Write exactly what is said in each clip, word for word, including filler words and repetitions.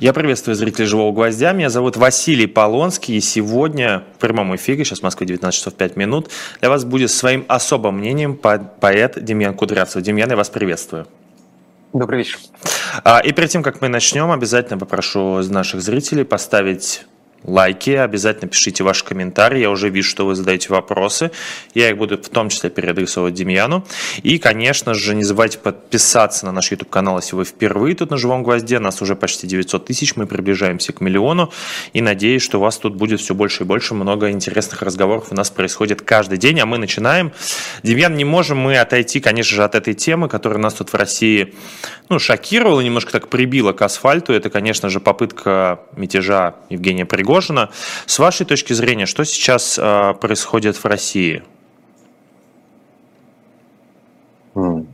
Я приветствую зрителей «Живого гвоздя». Меня зовут Василий Полонский. И сегодня в прямом эфире, сейчас в Москве девятнадцать часов пять минут, для вас будет своим особым мнением поэт Демьян Кудрявцев. Демьян, я вас приветствую. Добрый вечер. И перед тем, как мы начнем, обязательно попрошу наших зрителей поставить лайки, обязательно пишите ваши комментарии. Я уже вижу, что вы задаете вопросы. Я их буду в том числе переадресовывать Демьяну. И, конечно же, не забывайте подписаться на наш YouTube-канал, если вы впервые тут на «Живом гвозде». Нас уже почти девятьсот тысяч, мы приближаемся к миллиону. И надеюсь, что у вас тут будет все больше и больше. Много интересных разговоров у нас происходит каждый день. А мы начинаем. Демьян, не можем мы отойти, конечно же, от этой темы, которая нас тут в России ну, шокировала, немножко так прибила к асфальту. Это, конечно же, попытка мятежа Евгения Пригожина. С вашей точки зрения, что сейчас э, происходит в России? Mm.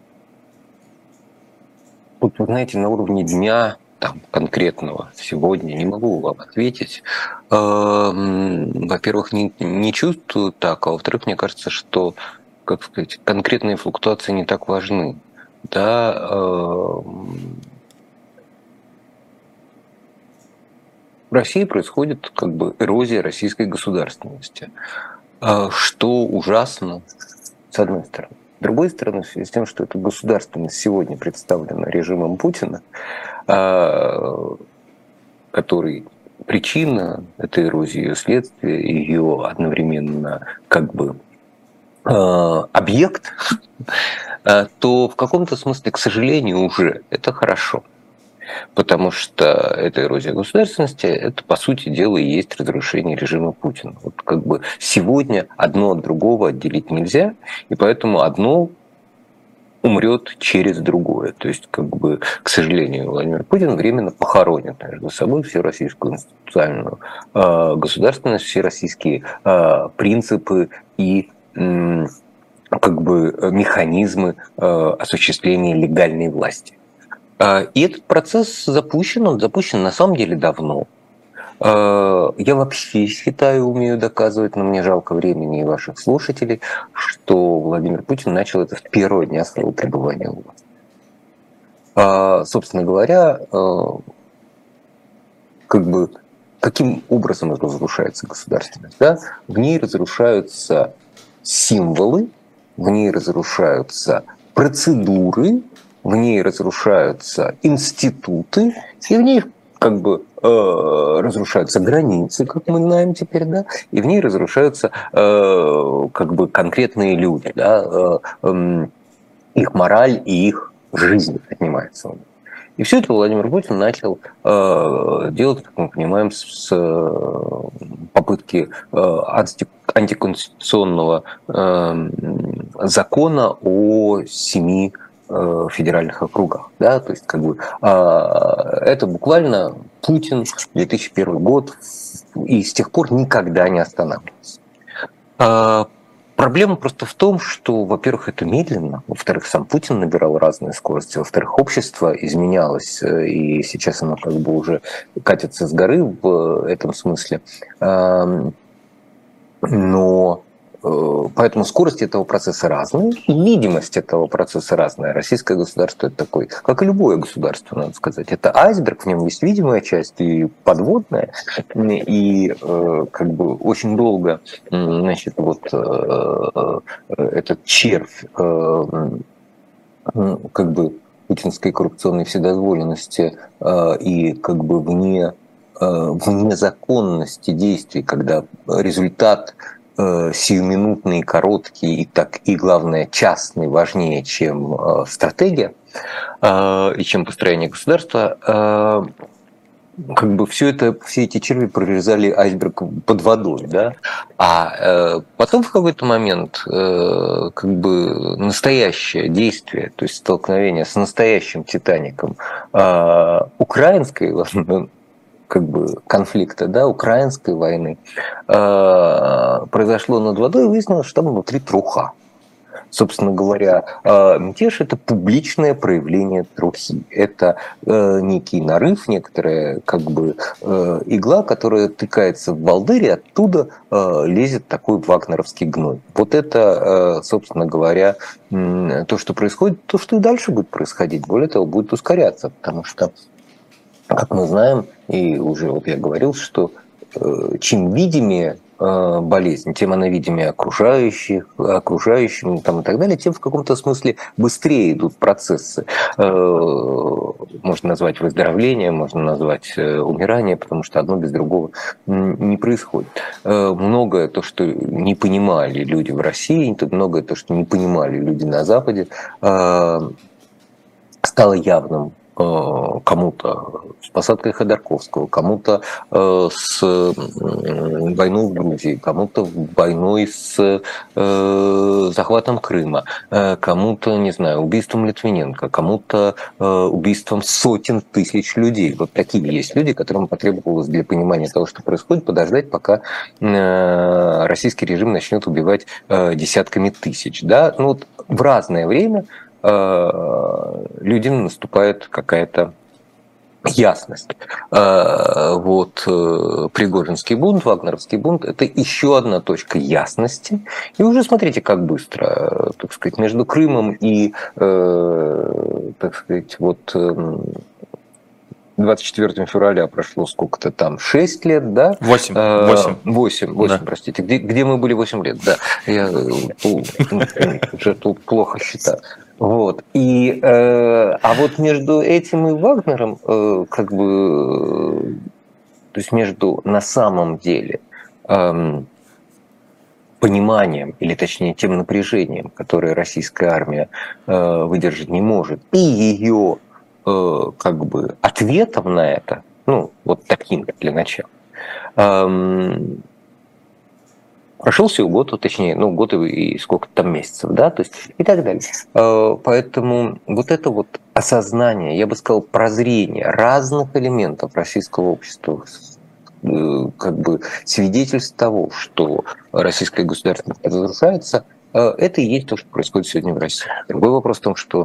Вот, вы знаете, на уровне дня там, конкретного сегодня не могу вам ответить. Во-первых, не, не чувствую так, а во-вторых, мне кажется, что, как сказать, конкретные флуктуации не так важны. Да, э В России происходит как бы эрозия российской государственности, что ужасно, с одной стороны. С другой стороны, в связи с тем, что эта государственность сегодня представлена режимом Путина, который причина этой эрозии, ее следствие, ее одновременно как бы объект, то в каком-то смысле, к сожалению, уже это хорошо. Потому что эта эрозия государственности, это, по сути дела, и есть разрушение режима Путина. Вот как бы сегодня одно от другого отделить нельзя, и поэтому одно умрет через другое. То есть, как бы, к сожалению, Владимир Путин временно похоронит между собой всю российскую институциональную э, государственность, все российские э, принципы и э, как бы механизмы э, осуществления легальной власти. И этот процесс запущен, он запущен на самом деле давно. Я вообще считаю, умею доказывать, но мне жалко времени и ваших слушателей, что Владимир Путин начал это с первого дня своего пребывания у власти. Собственно говоря, как бы, каким образом разрушается государственность? Да? В ней разрушаются символы, в ней разрушаются процедуры, в ней разрушаются институты, и в ней как бы э, разрушаются границы, как мы знаем теперь, да, и в ней разрушаются э, как бы конкретные люди, да, э, э, их мораль и их жизнь отнимается. И все это Владимир Путин начал э, делать, как мы понимаем, с э, попытки э, анти, антиконституционного э, закона о семи федеральных округах, да, то есть как бы это буквально Путин, две тысячи первый год, и с тех пор никогда не останавливался. Проблема просто в том, что, во-первых, это медленно, во-вторых, сам Путин набирал разные скорости, во-вторых, общество изменялось, и сейчас оно как бы уже катится с горы в этом смысле, но поэтому скорость этого процесса разная, и видимость этого процесса разная. Российское государство – это такой, как и любое государство, надо сказать. Это айсберг, в нем есть видимая часть и подводная, и как бы очень долго, значит, вот этот червь как бы путинской коррупционной вседозволенности и как бы вне, вне законности действий, когда результат сиюминутный, короткий и, так, и, главное, частный важнее, чем э, стратегия э, и чем построение государства, э, как бы все это, все эти черви прорезали айсберг под водой, да, а э, потом в какой-то момент э, как бы настоящее действие, то есть столкновение с настоящим Титаником э, украинской как бы конфликта, да, украинской войны, э, произошло над водой, и выяснилось, что там внутри труха. Собственно говоря, э, мятеж – это публичное проявление трухи. Это э, некий нарыв, некоторая как бы э, игла, которая тыкается в волдырь, и оттуда э, лезет такой вагнеровский гной. Вот это, э, собственно говоря, э, то, что происходит, то, что и дальше будет происходить. Более того, будет ускоряться, потому что как мы знаем, и уже вот я говорил, что э, чем видимее э, болезнь, тем она видимее окружающих, окружающим там, и так далее, тем в каком-то смысле быстрее идут процессы. Э, можно назвать выздоровление, можно назвать э, умирание, потому что одно без другого не происходит. Э, многое то, что не понимали люди в России, многое то, что не понимали люди на Западе, э, стало явным кому-то с посадкой Ходорковского, кому-то с войной в Грузии, кому-то войной с захватом Крыма, кому-то, не знаю, убийством Литвиненко, кому-то убийством сотен тысяч людей. Вот такие есть люди, которым потребовалось для понимания того, что происходит, подождать, пока российский режим начнет убивать десятками тысяч. Да? Ну, вот в разное время людям наступает какая-то ясность. Вот Пригожинский бунт, Вагнеровский бунт – это еще одна точка ясности. И уже смотрите, как быстро, так сказать, между Крымом и, так сказать, вот двадцать четвёртого февраля прошло сколько-то там, шесть лет, да? восемь. восемь. восемь, восемь, да. Простите. Где, где мы были восемь лет, да. Я уже тут плохо считаю. Вот. И, э, а вот между этим и Вагнером, э, как бы, то есть между на самом деле э, пониманием, или точнее тем напряжением, которое российская армия э, выдержать не может, и ее э, как бы ответом на это, ну, вот таким для начала, э, прошел всего год, точнее, ну, год и сколько там месяцев, да, то есть и так далее. Поэтому вот это вот осознание, я бы сказал, прозрение разных элементов российского общества, как бы свидетельств того, что российское государство разрушается, это и есть то, что происходит сегодня в России. Другой вопрос в том, что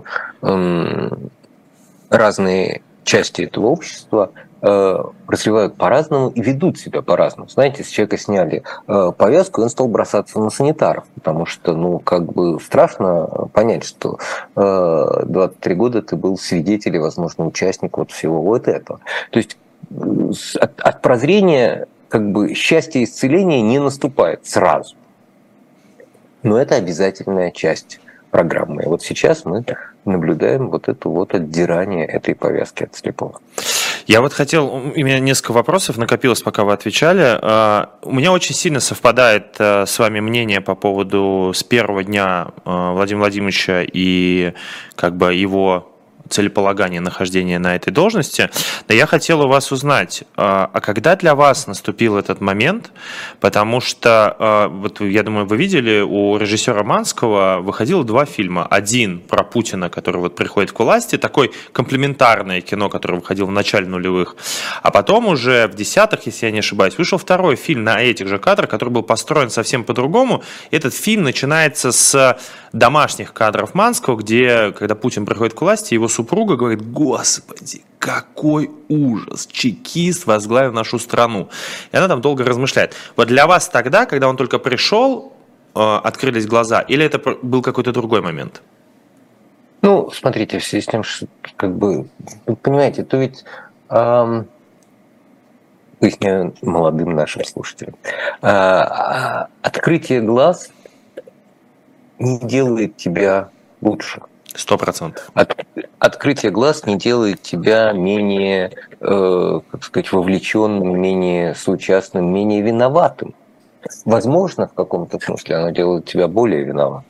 разные части этого общества развивают по-разному и ведут себя по-разному. Знаете, с человека сняли повязку, и он стал бросаться на санитаров, потому что, ну, как бы страшно понять, что двадцать три года ты был свидетелем и, возможно, участник вот всего вот этого. То есть от, от прозрения как бы счастье и исцеление не наступает сразу. Но это обязательная часть программы. И вот сейчас мы наблюдаем вот это вот отдирание этой повязки от слепого. Я вот хотел, у меня несколько вопросов накопилось, пока вы отвечали. У меня очень сильно совпадает с вами мнение по поводу с первого дня Владимира Владимировича и как бы его целеполагания нахождения на этой должности. Но я хотел у вас узнать, а когда для вас наступил этот момент? Потому что, вот я думаю, вы видели, у режиссера Манского выходило два фильма. Один про Путина, который вот приходит к власти, такое комплементарное кино, которое выходило в начале нулевых. А потом уже в десятых, если я не ошибаюсь, вышел второй фильм на этих же кадрах, который был построен совсем по-другому. Этот фильм начинается с домашних кадров Манского, где, когда Путин приходит к власти, его супруга говорит: «Господи, какой ужас! Чекист возглавил нашу страну». И она там долго размышляет. Вот для вас тогда, когда он только пришел, открылись глаза, или это был какой-то другой момент? Ну, смотрите, в связи с тем, что, как бы, вы понимаете, то ведь, эм, поясняю молодым нашим слушателям, э, открытие глаз не делает тебя лучше. Сто процентов. От, открытие глаз не делает тебя менее, э, как сказать, вовлеченным, менее соучастным, менее виноватым. Возможно, в каком-то смысле оно делает тебя более виноватым.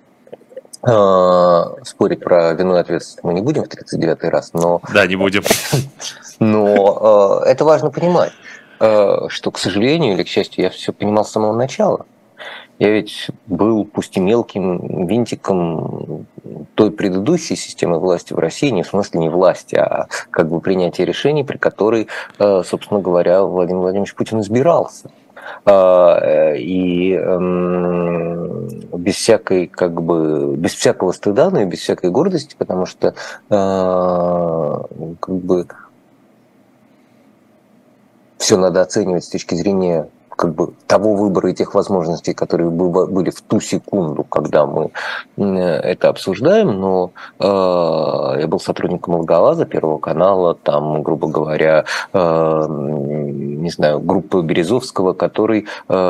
Э, спорить про вину и ответственность мы не будем в тридцать девятый раз, но... Да, не будем. Но э, это важно понимать, э, что, к сожалению или к счастью, я все понимал с самого начала. Я ведь был, пусть и мелким винтиком той предыдущей системы власти в России, не в смысле не власти, а как бы принятия решений, при которой, собственно говоря, Владимир Владимирович Путин избирался. И без всякой, как бы, без всякого стыда, но и без всякой гордости, потому что как бы все надо оценивать с точки зрения как бы того выбора и тех возможностей, которые были в ту секунду, когда мы это обсуждаем, но э, я был сотрудником «Алгаза», Первого канала, там, грубо говоря, э, не знаю, группы Березовского, который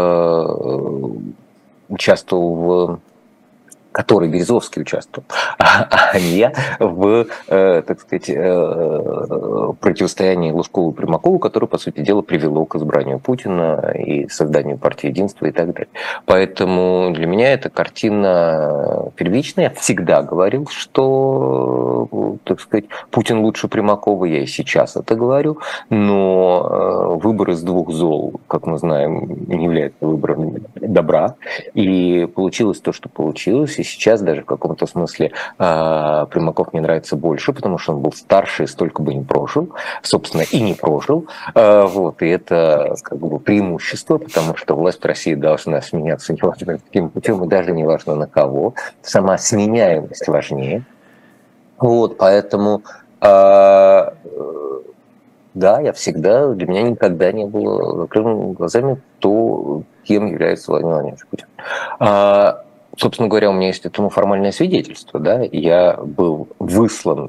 э, участвовал в... который Березовский участвовал, а не я, в, э, так сказать, э, противостоянии Лужкову и Примакову, которое, по сути дела, привело к избранию Путина и созданию партии единства и так далее. Поэтому для меня эта картина первичная. Я всегда говорил, что, так сказать, Путин лучше Примакова, я и сейчас это говорю, но выбор из двух зол, как мы знаем, не является выбором добра, и получилось то, что получилось. И сейчас даже в каком-то смысле э, Примаков мне нравится больше, потому что он был старше и столько бы не прожил, собственно, и не прожил. Э, вот, и это как бы преимущество, потому что власть в России должна сменяться неважно каким путем, и даже не важно на кого. Сама сменяемость важнее. Вот, поэтому э, да, я всегда, для меня никогда не было закрытыми глазами то, кем является Владимир Владимирович Путин. Э, Собственно говоря, у меня есть этому формальное свидетельство. Да? Я был выслан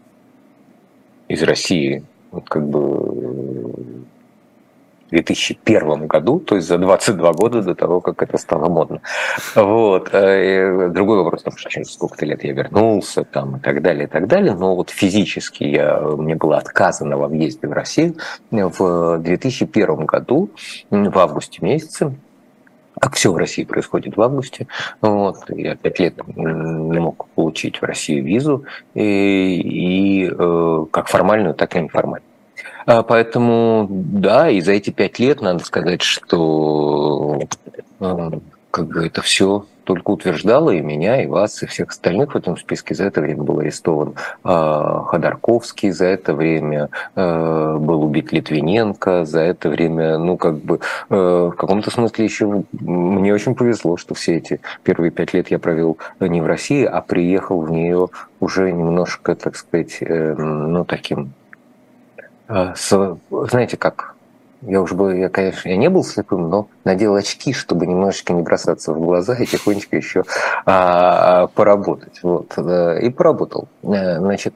из России вот как бы в две тысячи первом году, то есть за двадцать два года до того, как это стало модно. Вот. И другой вопрос, там, что через сколько-то лет я вернулся там, и так далее, и так далее. Но вот физически я, мне было отказано во въезде в Россию в две тысячи первом году, в августе месяце. Как все в России происходит в августе. Вот. Я пять лет не мог получить в России визу, и, и э, как формальную, так и неформальную. Поэтому, да, и за эти пять лет надо сказать, что э, как бы это все только утверждало и меня, и вас, и всех остальных в этом списке. За это время был арестован э, Ходорковский, за это время э, был убит Литвиненко, за это время, ну, как бы, э, в каком-то смысле еще мне очень повезло, что все эти первые пять лет я провел не в России, а приехал в нее уже немножко, так сказать, э, ну, таким, э, с, знаете, как... Я уже был, я, конечно, я не был слепым, но надел очки, чтобы немножечко не бросаться в глаза и тихонечко еще а, поработать. Вот. И поработал. Значит,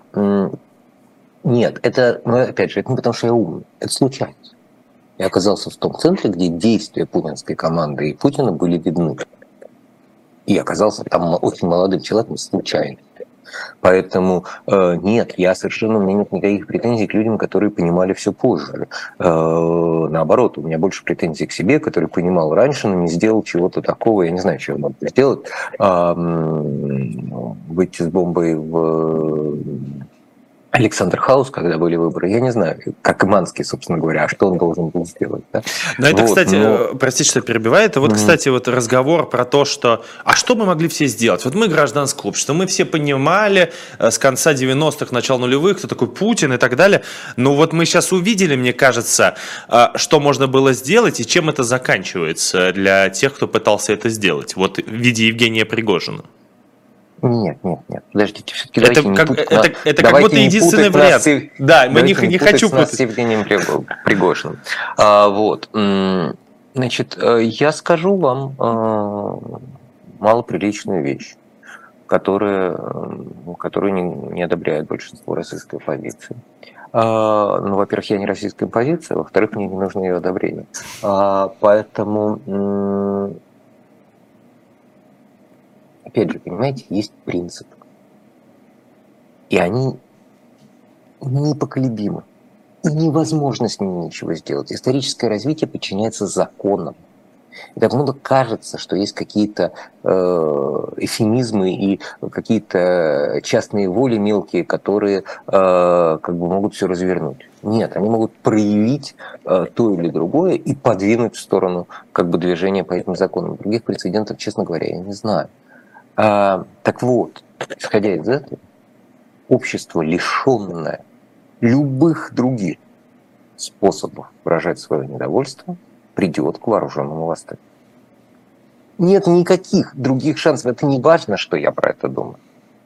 нет, это, ну, опять же, это не потому, что я умный, это случайность. Я оказался в том центре, где действия путинской команды и Путина были видны. И оказался там очень молодым человеком случайно. Поэтому э, нет, я совершенно, у меня нет никаких претензий к людям, которые понимали все позже. Э, наоборот, у меня больше претензий к себе, который понимал раньше, но не сделал чего-то такого, я не знаю, чего надо сделать. Э, выйти с бомбой в Александр Хаус, когда были выборы, я не знаю, как Иманский, собственно говоря, а что он должен был сделать. Да? Но это, вот, кстати, но... простите, что перебиваю, это вот, mm-hmm. кстати, вот разговор про то, что, а что мы могли все сделать? Вот мы гражданское общество, мы все понимали с конца девяностых, начала нулевых, кто такой Путин и так далее, но вот мы сейчас увидели, мне кажется, что можно было сделать и чем это заканчивается для тех, кто пытался это сделать, вот в виде Евгения Пригожина. Нет, нет, нет. Подождите, все-таки это давайте как, не путать. Это, это как будто единственный вариант. С... Да, мы не, не, не хочу путать. С Евгением Пригожиным. А, вот. Значит, я скажу вам а, малоприличную вещь, которая, которую не, не одобряет большинство российской оппозиции. А, ну, во-первых, я не российская оппозиция, во-вторых, мне не нужно ее одобрение. А, поэтому... Опять же, понимаете, есть принцип. И они непоколебимы. И невозможно с ними ничего сделать. Историческое развитие подчиняется законам. И так много кажется, что есть какие-то э, эвфемизмы и какие-то частные воли мелкие, которые э, как бы могут все развернуть. Нет, они могут проявить э, то или другое и подвинуть в сторону как бы движения по этим законам. Других прецедентов, честно говоря, я не знаю. А, так вот, исходя из этого, общество, лишенное любых других способов выражать свое недовольство, придет к вооруженному восстанию. Нет никаких других шансов. Это не важно, что я про это думаю.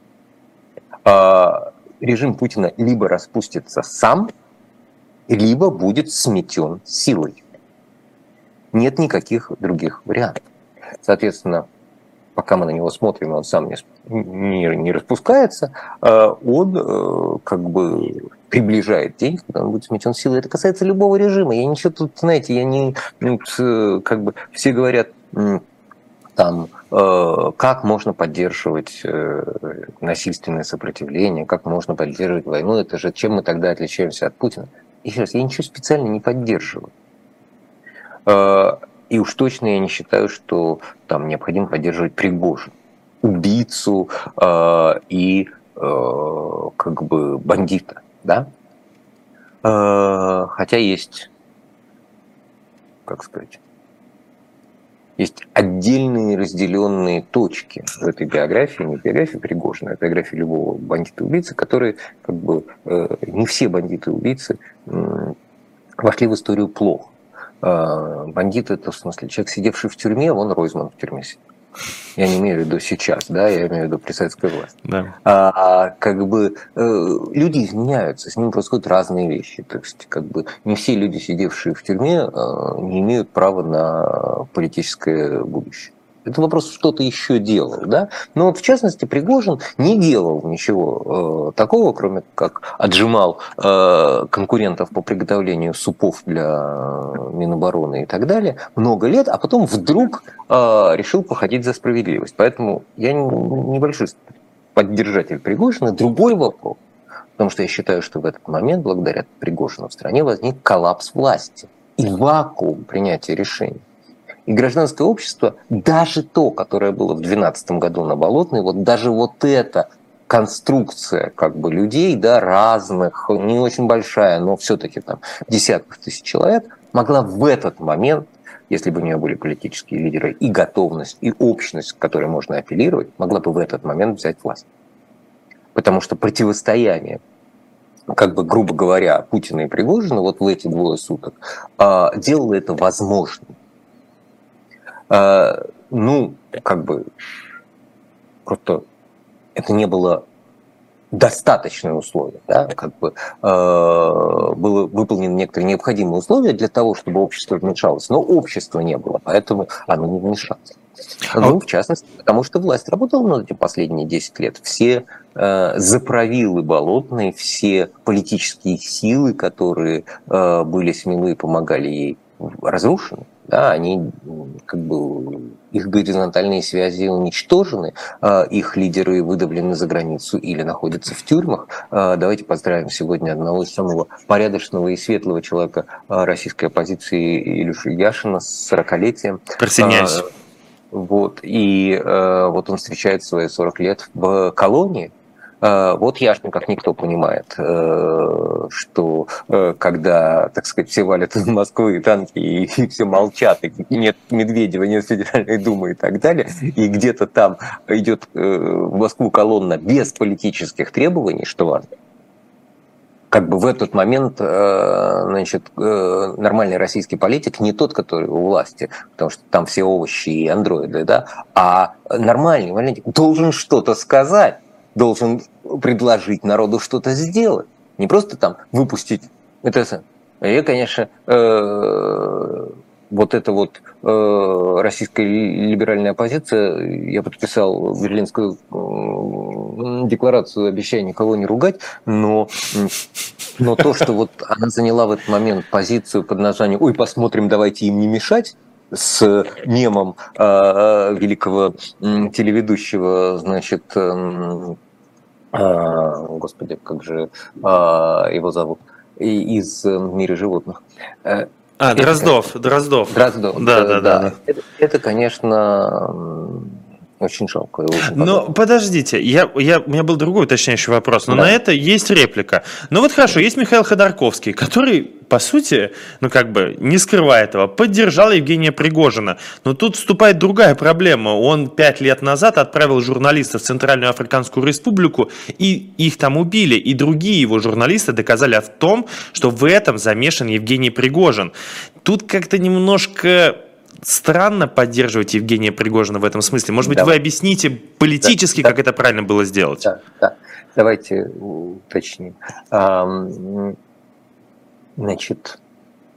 А, режим Путина либо распустится сам, либо будет сметен силой. Нет никаких других вариантов. Соответственно, пока мы на него смотрим, он сам не, не, не распускается, он как бы приближает день, когда он будет сметен силой. Это касается любого режима. Я ничего тут, знаете, я не... Как бы все говорят, там, как можно поддерживать насильственное сопротивление, как можно поддерживать войну, это же чем мы тогда отличаемся от Путина. Еще раз, я ничего специально не поддерживаю. И уж точно я не считаю, что там необходимо поддерживать Пригожина, убийцу э, и э, как бы бандита, да? Э, хотя есть, как сказать, есть отдельные разделенные точки в этой биографии, не биографии Пригожина, а биографии любого бандита-убийцы, которые как бы э, не все бандиты-убийцы э, вошли в историю плохо. Бандит — это, в смысле, человек, сидевший в тюрьме, вон Ройзман в тюрьме сидит. Я не имею в виду сейчас, да, я имею в виду при советской власти. Да. А, как бы э, люди изменяются, с ними происходят разные вещи. То есть, как бы не все люди, сидевшие в тюрьме, э, не имеют права на политическое будущее. Это вопрос, что-то еще делал, да? Но вот в частности Пригожин не делал ничего э, такого, кроме как отжимал э, конкурентов по приготовлению супов для Минобороны и так далее много лет, а потом вдруг э, решил походить за справедливость. Поэтому я небольшой поддержатель Пригожина. Другой вопрос, потому что я считаю, что в этот момент, благодаря Пригожину, в стране возник коллапс власти и вакуум принятия решений. И гражданское общество, даже то, которое было в две тысячи двенадцатом году на Болотной, вот даже вот эта конструкция как бы людей, да, разных, не очень большая, но все-таки там десятков тысяч человек, могла в этот момент, если бы у нее были политические лидеры и готовность, и общность, к которой можно апеллировать, могла бы в этот момент взять власть. Потому что противостояние, как бы, грубо говоря, Путина и Пригожина вот в эти двое суток делало это возможным. Ну, как бы, просто это не было достаточное условие, да, как бы э, было выполнены некоторые необходимые условия для того, чтобы общество вмешалось, но общества не было, поэтому оно не вмешалось. Ну, в частности, потому что власть работала над этим последние десять лет. Все э, заправилы Болотной, все политические силы, которые э, были смелы и помогали ей, разрушены. Да, они, как бы, их горизонтальные связи уничтожены, их лидеры выдавлены за границу или находятся в тюрьмах. Давайте поздравим сегодня одного из самого порядочного и светлого человека российской оппозиции Илюшу Яшина с сорокалетием. Присоединяюсь. Вот, и вот он встречает свои сорок лет в колонии. Вот Яшин, как никто, понимает, что когда, так сказать, все валят из Москвы танки и все молчат, и нет Медведева, нет Федеральной Думы и так далее, и где-то там идет в Москву колонна без политических требований, что важно, как бы в этот момент, значит, нормальный российский политик не тот, который у власти, потому что там все овощи и андроиды, да, а нормальный политик должен что-то сказать, должен предложить народу что-то сделать. Не просто там выпустить. Это, и, конечно, э, вот эта вот э, российская либеральная оппозиция, я подписал Берлинскую э, декларацию, обещаю никого не ругать, но, но то, что вот она заняла в этот момент позицию под названием «Ой, посмотрим, давайте им не мешать», с мемом э, великого э, телеведущего, значит, э, э, господи, как же э, его зовут, из «Мира животных». А, это, Дроздов, конечно, Дроздов. Дроздов, да, да, да. да. да. Это, это, конечно, очень жалко. Очень но подождите, я, я, у меня был другой уточняющий вопрос, но да. на это есть реплика. Ну вот хорошо, есть Михаил Ходорковский, который, по сути, ну как бы, не скрывая этого, поддержал Евгения Пригожина. Но тут вступает другая проблема. Он пять лет назад отправил журналистов в Центральную Африканскую Республику, и их там убили. И другие его журналисты доказали в том, что в этом замешан Евгений Пригожин. Тут как-то немножко... странно поддерживать Евгения Пригожина в этом смысле. Может быть, Давай. вы объясните политически, да, как да. это правильно было сделать? Да, да. Давайте уточним. Значит,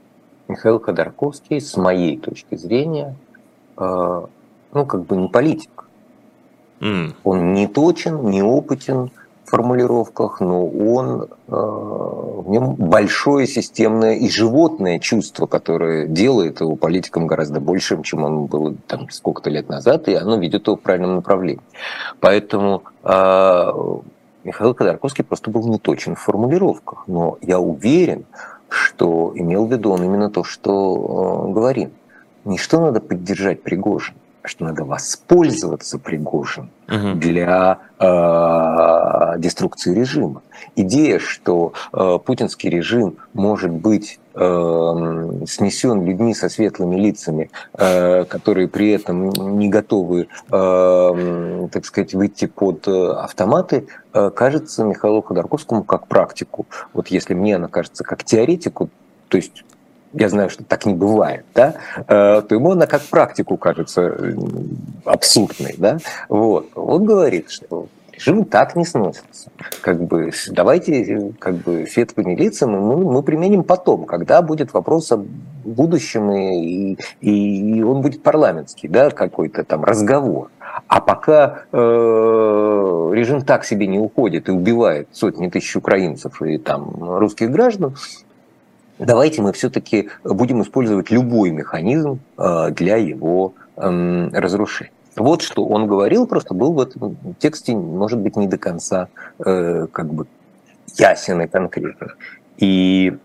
Михаил Ходорковский, с моей точки зрения, ну, как бы не политик. Mm. Он не точен, не опытен в формулировках, но он, в нем большое системное и животное чувство, которое делает его политиком гораздо большим, чем он был там сколько-то лет назад, и оно ведет его в правильном направлении. Поэтому Михаил Ходорковский просто был не точен в формулировках, но я уверен, что имел в виду он именно то, что э, говорим. Не что надо поддержать Пригожина, а что надо воспользоваться Пригожиным угу. для э, деструкции режима. Идея, что э, путинский режим может быть э, снесен людьми со светлыми лицами, э, которые при этом не готовы, э, так сказать, выйти под автоматы, э, кажется Михаилу Ходорковскому как практику. Вот если мне она кажется как теоретику, то есть я знаю, что так не бывает, да, то ему она как практику кажется абсурдной, да, вот. Он говорит, что режим так не сносится, как бы давайте как бы светлыми лицами мы, мы применим потом, когда будет вопрос о будущем и, и, и он будет парламентский, да, какой-то там разговор. А пока э, режим так себе не уходит и убивает сотни тысяч украинцев и там русских граждан, давайте мы все-таки будем использовать любой механизм для его разрушения. Вот что он говорил, просто был в этом тексте, может быть, не до конца как бы ясен и конкретен. И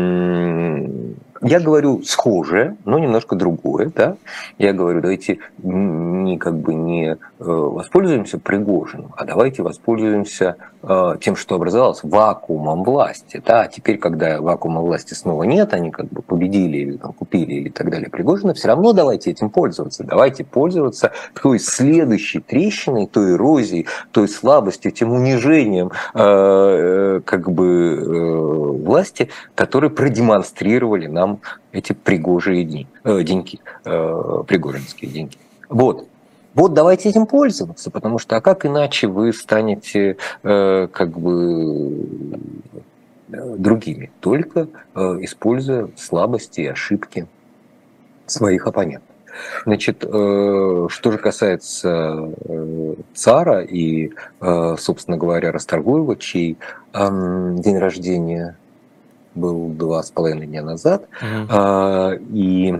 я говорю схожее, но немножко другое, да. Я говорю, давайте не как бы не воспользуемся Пригожиным, а давайте воспользуемся тем, что образовалось вакуумом власти, да. Теперь, когда вакуума власти снова нет, они как бы победили или там, купили или так далее Пригожина, все равно давайте этим пользоваться, давайте пользоваться той следующей трещиной, той эрозией, той слабостью, тем унижением как бы власти, которые продемонстрировали нам эти пригожие дни, э, деньги, э, пригожинские деньги. Вот. Вот давайте этим пользоваться, потому что а как иначе вы станете э, как бы другими, только э, используя слабости и ошибки своих оппонентов. Значит, э, что же касается э, цара и, э, собственно говоря, Расторгуева, чей э, день рождения был два с половиной дня назад, mm-hmm. а, и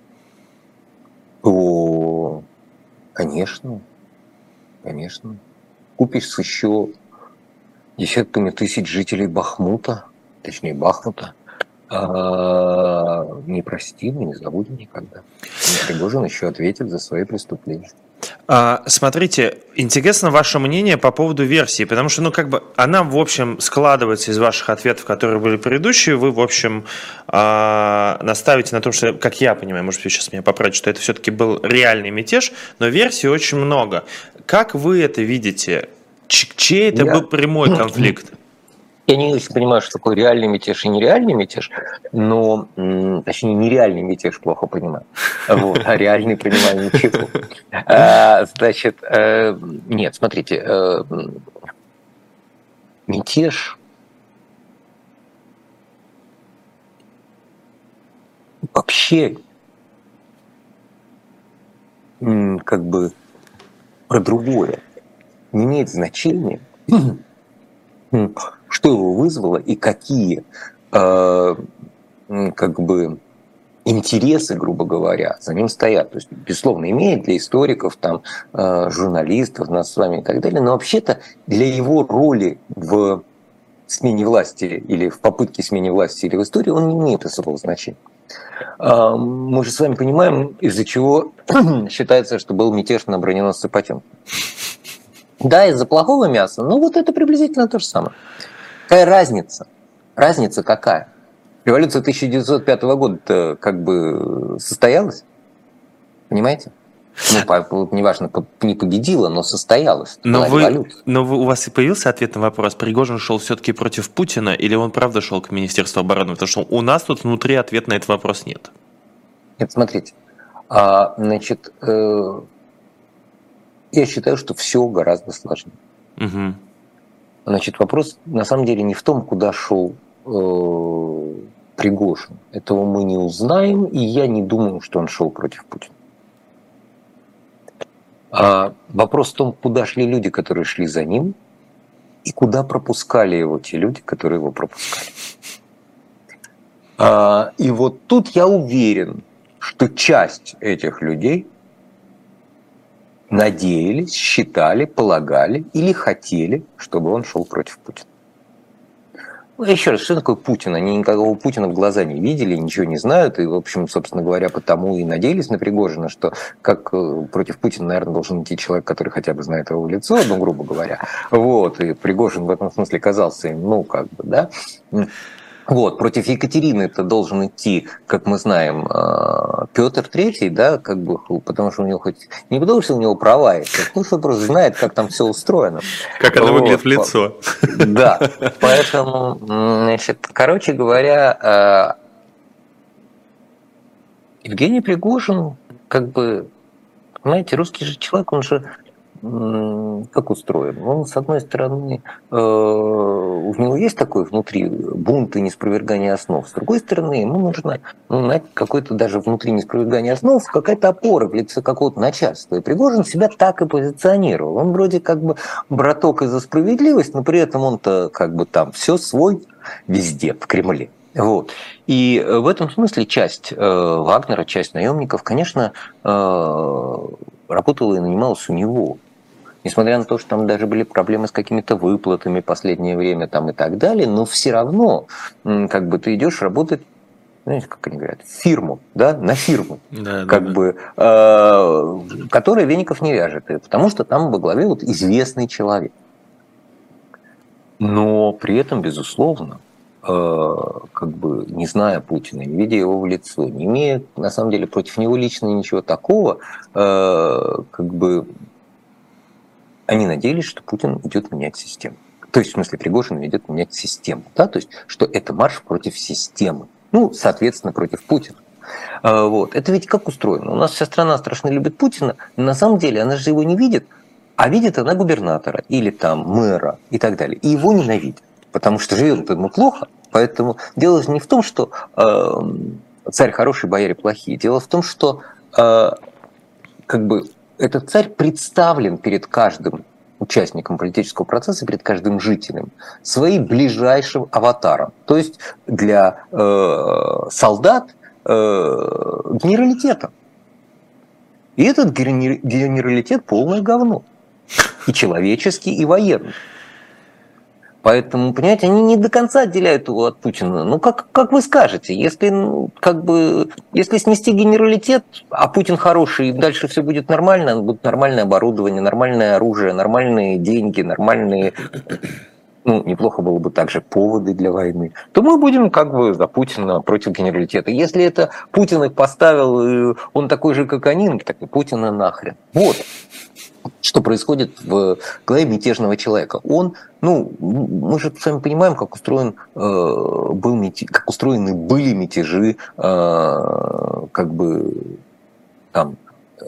то, конечно, конечно, купишь с еще десятками тысяч жителей Бахмута, точнее Бахмута, а, не простим и не забудем никогда. И Пригожин еще ответит за свои преступления. А, смотрите, интересно ваше мнение по поводу версии, потому что, ну, как бы, она, в общем, складывается из ваших ответов, которые были предыдущие, вы, в общем, а, наставите на том, что, как я понимаю, может, вы сейчас меня поправите, что это все-таки был реальный мятеж, но версий очень много. Как вы это видите? Ч- чей это я... был прямой конфликт? Я не очень понимаю, что такое реальный мятеж и нереальный мятеж, но, точнее, нереальный мятеж плохо понимаю, вот, а реальный понимаю ничего. А, значит, нет, смотрите, мятеж вообще как бы про другое, не имеет значения, что его вызвало и какие э, как бы интересы, грубо говоря, за ним стоят. То есть, безусловно, имеет для историков, там, э, журналистов, нас с вами и так далее, но вообще-то для его роли в смене власти или в попытке смены власти или в истории он не имеет особого значения. Э, мы же с вами понимаем, из-за чего считается, что был мятеж на броненосце Потёмкин. Да, из-за плохого мяса, но вот это приблизительно то же самое. Какая разница? Разница какая? Революция тысяча девятьсот пятого года как бы состоялась, понимаете? Ну, неважно, не победила, но состоялась. Но, вы, но вы, у вас и появился ответ на вопрос, Пригожин шел все-таки против Путина или он правда шел к Министерству обороны? Потому что у нас тут внутри ответа на этот вопрос нет. Нет, смотрите, а, значит, э, я считаю, что все гораздо сложнее. Угу. Значит, вопрос на самом деле не в том, куда шел э, Пригожин. Этого мы не узнаем, и я не думаю, что он шел против Путина. А вопрос в том, куда шли люди, которые шли за ним, и куда пропускали его те люди, которые его пропускали. А, и вот тут я уверен, что часть этих людей надеялись, считали, полагали или хотели, чтобы он шел против Путина. Ну, еще раз, что такое Путин? Они никакого Путина в глаза не видели, ничего не знают, и, в общем, собственно говоря, потому и надеялись на Пригожина, что как против Путина, наверное, должен идти человек, который хотя бы знает его в лицо, ну, грубо говоря. Вот, и Пригожин в этом смысле казался им, ну, как бы, да. Вот, против Екатерины это должен идти, как мы знаем, Петр Третий, да, как бы, потому что у него хоть не потому, что у него права есть, а потому что он просто знает, как там все устроено. Как оно вот выглядит в лицо. Да, поэтому, значит, короче говоря, Евгений Пригожин, как бы, знаете, русский же человек, он же как устроен? Он, с одной стороны, э, у него есть такой внутри бунт и неспровергание основ. С другой стороны, ему нужно, ну, знаете, какой-то даже внутри неспровергание основ, какая-то опора в лице какого-то начальства. И Пригожин себя так и позиционировал. Он вроде как бы браток и за справедливость, но при этом он-то как бы там все свой везде, в Кремле. Вот. И в этом смысле часть э, Вагнера, часть наемников, конечно, э, работала и нанималась у него. Несмотря на то, что там даже были проблемы с какими-то выплатами в последнее время там и так далее, но все равно, как бы ты идешь работать, знаете, как они говорят, в фирму, да, на фирму, да, как да, бы, э, которая веников не вяжет, потому что там во главе вот известный человек. Но при этом, безусловно, э, как бы не зная Путина, не видя его в лицо, не имея, на самом деле, против него лично ничего такого, э, как бы они надеялись, что Путин идет менять систему. То есть, в смысле, Пригожин идет менять систему. Да? То есть, что это марш против системы. Ну, соответственно, против Путина. Вот. Это ведь как устроено? У нас вся страна страшно любит Путина, но на самом деле она же его не видит, а видит она губернатора или там мэра и так далее. И его ненавидит, потому что живет ему плохо. Поэтому дело не в том, что э, царь хороший, бояре плохие. Дело в том, что э, как бы этот царь представлен перед каждым участником политического процесса, перед каждым жителем своим ближайшим аватаром. То есть для э, солдат э, генералитета. И этот генералитет полное говно. И человеческий, и военный. Поэтому, понимаете, они не до конца отделяют его от Путина. Ну, как, как вы скажете, если, ну, как бы, если снести генералитет, а Путин хороший, и дальше все будет нормально, будет нормальное оборудование, нормальное оружие, нормальные деньги, нормальные, ну, неплохо было бы также поводы для войны, то мы будем как бы за Путина против генералитета. Если это Путин их поставил, и он такой же, как они, так и Путина нахрен. Вот. Что происходит в голове мятежного человека. Он, ну, мы же с вами понимаем, как устроен э, был мятеж, как устроены были мятежи, э, как бы там, э,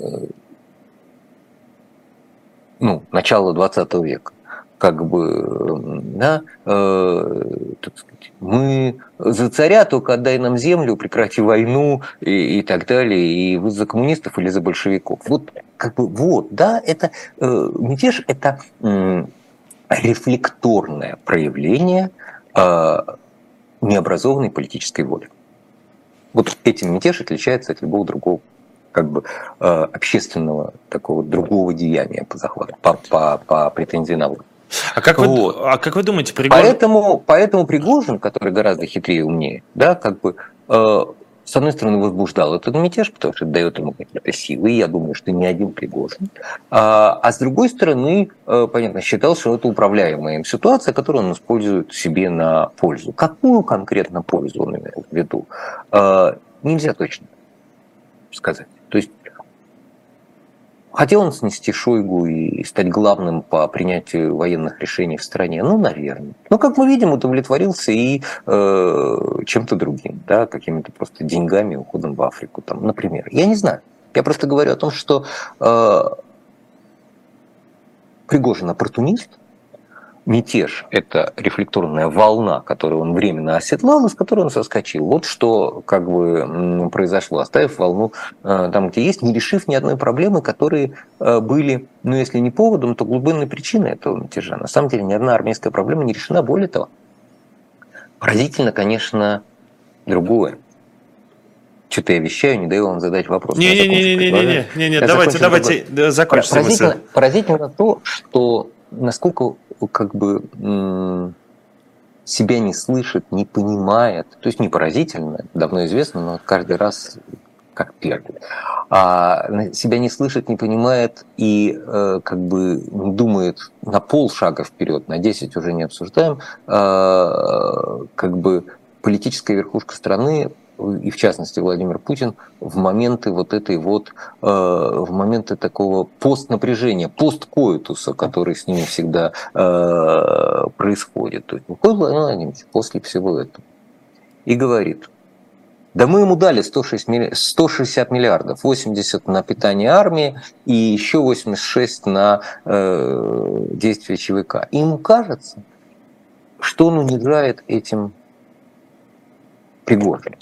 ну, начала двадцатого века. Как бы, да, э, так сказать, мы за царя, только отдай нам землю, прекрати войну и, и так далее, и вы за коммунистов или за большевиков. Вот, как бы, вот, да, это э, мятеж, это э, рефлекторное проявление э, необразованной политической воли. Вот этим мятеж отличается от любого другого, как бы, э, общественного такого другого деяния по захвату, по, по, по претензии на власть. А как, вот. вы, а как вы думаете, Пригожин... Поэтому, поэтому Пригожин, который гораздо хитрее и умнее, да, как бы, э, с одной стороны, возбуждал этот мятеж, потому что это дает ему какие-то силы, и я думаю, что не один Пригожин. А, а с другой стороны, э, понятно, считал, что это управляемая им ситуация, которую он использует себе на пользу. Какую конкретно пользу он имел в виду, э, нельзя точно сказать. То есть, хотел он снести Шойгу и стать главным по принятию военных решений в стране? Ну, наверное. Но, как мы видим, удовлетворился и э, чем-то другим, да, какими-то просто деньгами, уходом в Африку, там, например. Я не знаю. Я просто говорю о том, что э, Пригожин оппортунист, Мятеж – это рефлекторная волна, которую он временно оседлал, и с которой он соскочил. Вот что как бы произошло, оставив волну там, где есть, не решив ни одной проблемы, которые были, ну если не поводом, то глубинной причиной этого мятежа. На самом деле ни одна армейская проблема не решена, более того. Поразительно, конечно, другое. Что-то я вещаю, не даю вам задать вопрос. Не-не-не, давайте, давайте, закончите мысль. Поразительно то, что насколько как бы м- себя не слышит, не понимает, то есть не поразительно, давно известно, но каждый раз как первый, а себя не слышит, не понимает и э, как бы не думает на полшага вперед, на десять уже не обсуждаем, э, как бы политическая верхушка страны, и в частности Владимир Путин, в моменты вот этой вот, э, в моменты такого постнапряжения, посткоитуса, который с ними всегда э, происходит. То есть выходит Владимир Владимирович после всего этого и говорит: да мы ему дали сто шестьдесят миллиардов, восемьдесят на питание армии и еще восемьдесят шесть на э, действия ЧВК. И ему кажется, что он унижает этим Пригожин.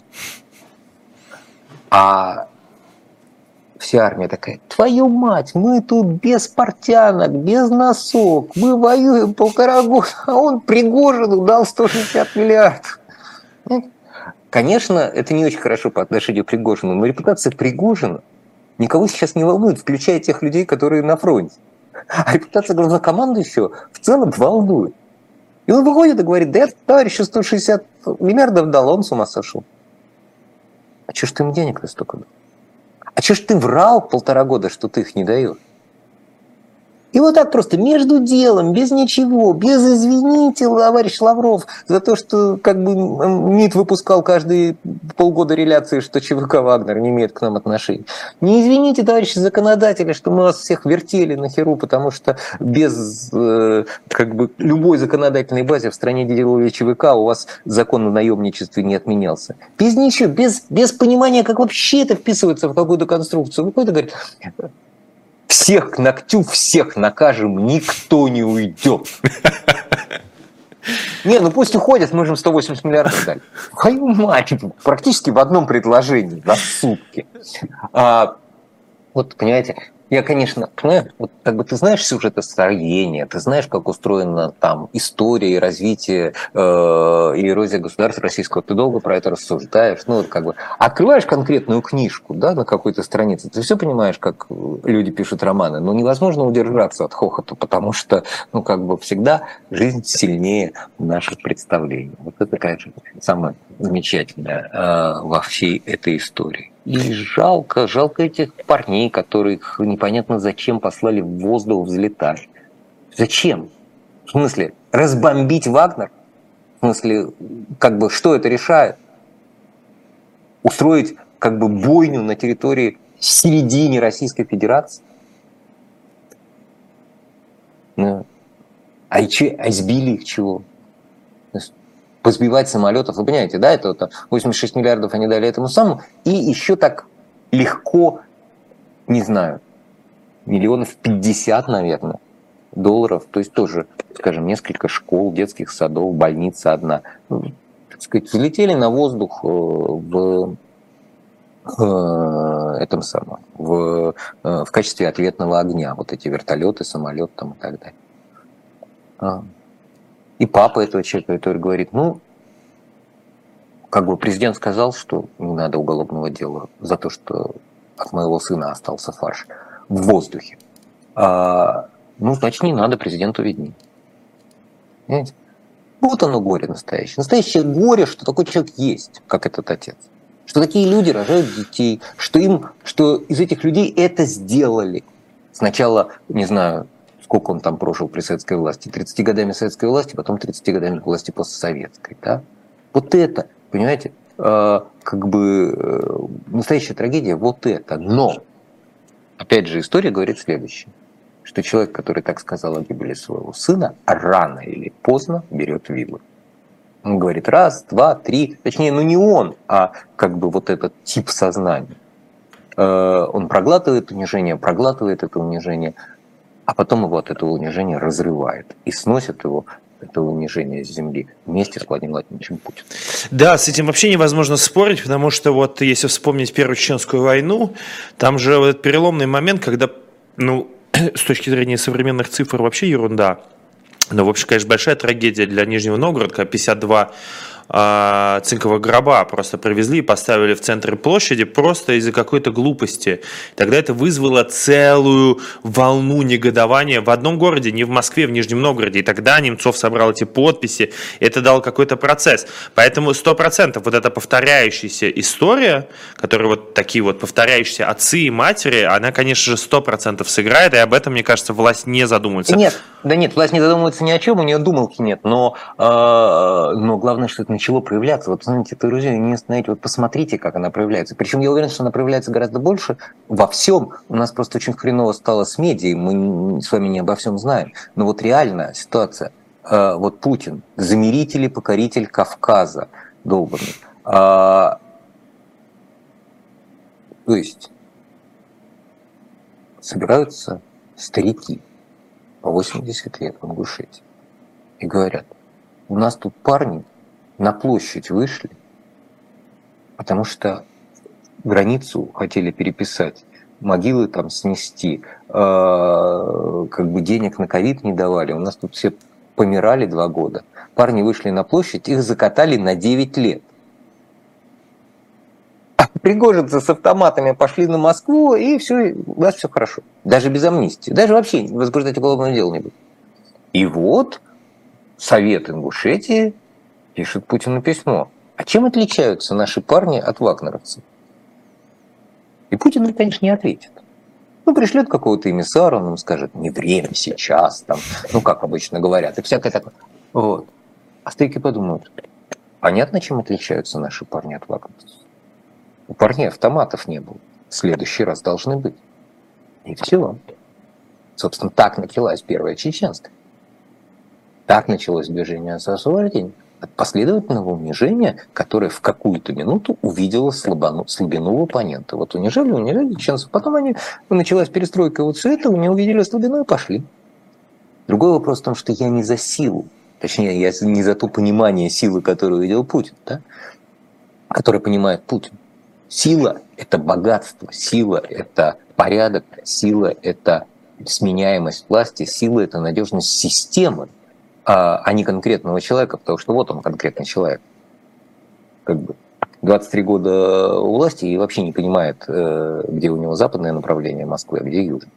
А вся армия такая: твою мать, мы тут без портянок, без носок, мы воюем полтора года, а он Пригожину дал сто шестьдесят миллиардов. Конечно, это не очень хорошо по отношению к Пригожину, но репутация Пригожина никого сейчас не волнует, включая тех людей, которые на фронте. А репутация главнокомандующего в целом волнует. И он выходит и говорит: да я товарищу сто шестьдесят миллиардов дал, он с ума сошел. А чё ж ты ему денег-то столько дал? А чё ж ты врал полтора года, что ты их не даешь? И вот так просто между делом, без ничего, без извините, товарищ Лавров, за то, что как бы МИД выпускал каждые полгода реляции, что ЧВК «Вагнер» не имеет к нам отношения. Не извините, товарищи законодатели, что мы вас всех вертели на херу, потому что без э, как бы любой законодательной базы в стране, где делали ЧВК, у вас закон о наемничестве не отменялся. Без ничего, без, без понимания, как вообще это вписывается в какую-то конструкцию. Выходит и говорит: всех к ногтю, всех накажем, никто не уйдет. Не, ну пусть уходят, мы же им сто восемьдесят миллиардов дали. Твою мать, практически в одном предложении за сутки. А, вот, понимаете, я, конечно, понимаю, вот как бы ты знаешь сюжетостроение, ты знаешь, как устроена там история и развитие э, и эрозия государства российского, ты долго про это рассуждаешь, ну вот как бы открываешь конкретную книжку, да, на какой-то странице, ты все понимаешь, как люди пишут романы, но невозможно удержаться от хохота, потому что, ну как бы всегда жизнь сильнее наших представлений. Вот это, конечно, самое замечательное э, во всей этой истории. И жалко, жалко этих парней, которых непонятно зачем послали в воздух взлетать. Зачем? В смысле, разбомбить Вагнер? В смысле, как бы, что это решает? Устроить, как бы, бойню на территории в середине Российской Федерации? Ну, а, че, а сбили их чего? Позбивать самолетов, вы понимаете, да, это вот восемьдесят шесть миллиардов они дали этому самому, и еще так легко, не знаю, миллионов пятьдесят, наверное, долларов, то есть тоже, скажем, несколько школ, детских садов, больница одна, ну, так сказать, взлетели на воздух в этом самом, в, в качестве ответного огня, вот эти вертолеты, самолет там и так далее. И папа этого человека, который говорит: ну, как бы президент сказал, что не надо уголовного дела за то, что от моего сына остался фарш в воздухе. А, ну, значит, не надо, президенту виднее. Понимаете? Вот оно горе настоящее. Настоящее горе, что такой человек есть, как этот отец. Что такие люди рожают детей, что им, что из этих людей это сделали. Сначала, не знаю, сколько он там прожил при советской власти, тридцатью годами советской власти, потом тридцатью годами власти постсоветской. Да? Вот это, понимаете, э, как бы э, настоящая трагедия, вот это. Но, опять же, история говорит следующее, что человек, который так сказал о гибели своего сына, рано или поздно берет вилы. Он говорит раз, два, три, точнее, ну не он, а как бы вот этот тип сознания. Э, он проглатывает унижение, проглатывает это унижение. а потом его от этого унижения разрывает и сносит его, это унижение с земли, вместе с Владимиром Владимировичем Путиным. Да, с этим вообще невозможно спорить, потому что вот если вспомнить Первую Чеченскую войну, там же вот этот переломный момент, когда, ну, с точки зрения современных цифр вообще ерунда, но, в общем, конечно, большая трагедия для Нижнего Новгорода, когда пятьдесят два а, цинковых гроба просто привезли и поставили в центре площади просто из-за какой-то глупости. Тогда это вызвало целую волну негодования в одном городе, не в Москве, в Нижнем Новгороде. И тогда Немцов собрал эти подписи, это дал какой-то процесс. Поэтому сто процентов вот эта повторяющаяся история, которая вот такие вот повторяющиеся отцы и матери, она, конечно же, сто процентов сыграет, и об этом, мне кажется, власть не задумывается. Нет, да нет, власть не задумывается ни о чем, у нее думалки нет, но, э, но главное, что это начало проявляться. Вот, знаете, эту эрозию не остановить. Вот посмотрите, как она проявляется. Причем я уверен, что она проявляется гораздо больше во всем. У нас просто очень хреново стало с медией, мы с вами не обо всем знаем. Но вот реальная ситуация. Э, вот Путин, замиритель и покоритель Кавказа, долбанный. Э, то есть собираются старики по восемьдесят лет в Ингушетии и говорят, у нас тут парни на площадь вышли, потому что границу хотели переписать, могилы там снести, э, как бы денег на ковид не давали, у нас тут все помирали два года. Парни вышли на площадь, их закатали на девять лет. А пригожинцы с автоматами пошли на Москву, и все, у нас все хорошо. Даже без амнистии, даже вообще возбуждать уголовное дело не будет. И вот Совет Ингушетии пишет Путину письмо. А чем отличаются наши парни от вагнеровцев? И Путин, конечно, не ответит. Ну, пришлет какого-то эмиссара, он им скажет, не время сейчас, там, ну, как обычно говорят, и всякое такое. Вот. А старики подумают, понятно, чем отличаются наши парни от вагнеровцев? У парней автоматов не было. В следующий раз должны быть. И все. Собственно, так началась первая чеченская. Так началось движение за освобождение. От последовательного унижения, которое в какую-то минуту увидело слабину, слабину в оппонента. Вот унижали, унижали чеченцев. Потом они, началась перестройка вот все это, у них увидели слабину и пошли. Другой вопрос в том, что я не за силу. Точнее, я не за то понимание силы, которую увидел Путин, да? Которое понимает Путин. Сила – это богатство, сила – это порядок, сила – это сменяемость власти, сила – это надежность системы, а не конкретного человека, потому что вот он конкретный человек. Как бы двадцать три года у власти и вообще не понимает, где у него западное направление Москвы, а где южное.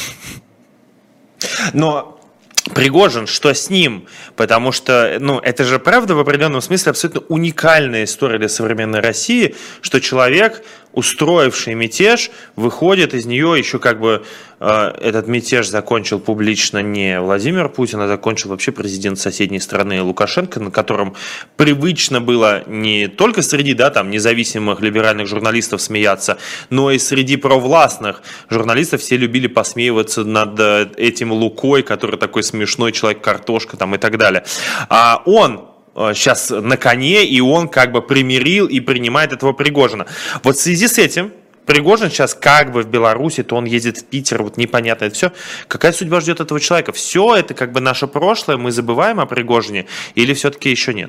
Но Пригожин, что с ним? Потому что, ну, это же правда в определенном смысле абсолютно уникальная история для современной России, что человек, устроивший мятеж, выходит из нее еще как бы э, этот мятеж закончил публично не Владимир Путин, а закончил вообще президент соседней страны Лукашенко, на котором привычно было не только среди, да, там, независимых либеральных журналистов смеяться, но и среди провластных журналистов все любили посмеиваться над этим Лукой, который такой смешной человек-картошка там и так далее. А он сейчас на коне, и он как бы примирил и принимает этого Пригожина. Вот в связи с этим Пригожин сейчас как бы в Беларуси, то он ездит в Питер, вот непонятно это все. Какая судьба ждет этого человека? Все это как бы наше прошлое, мы забываем о Пригожине, или все-таки еще нет?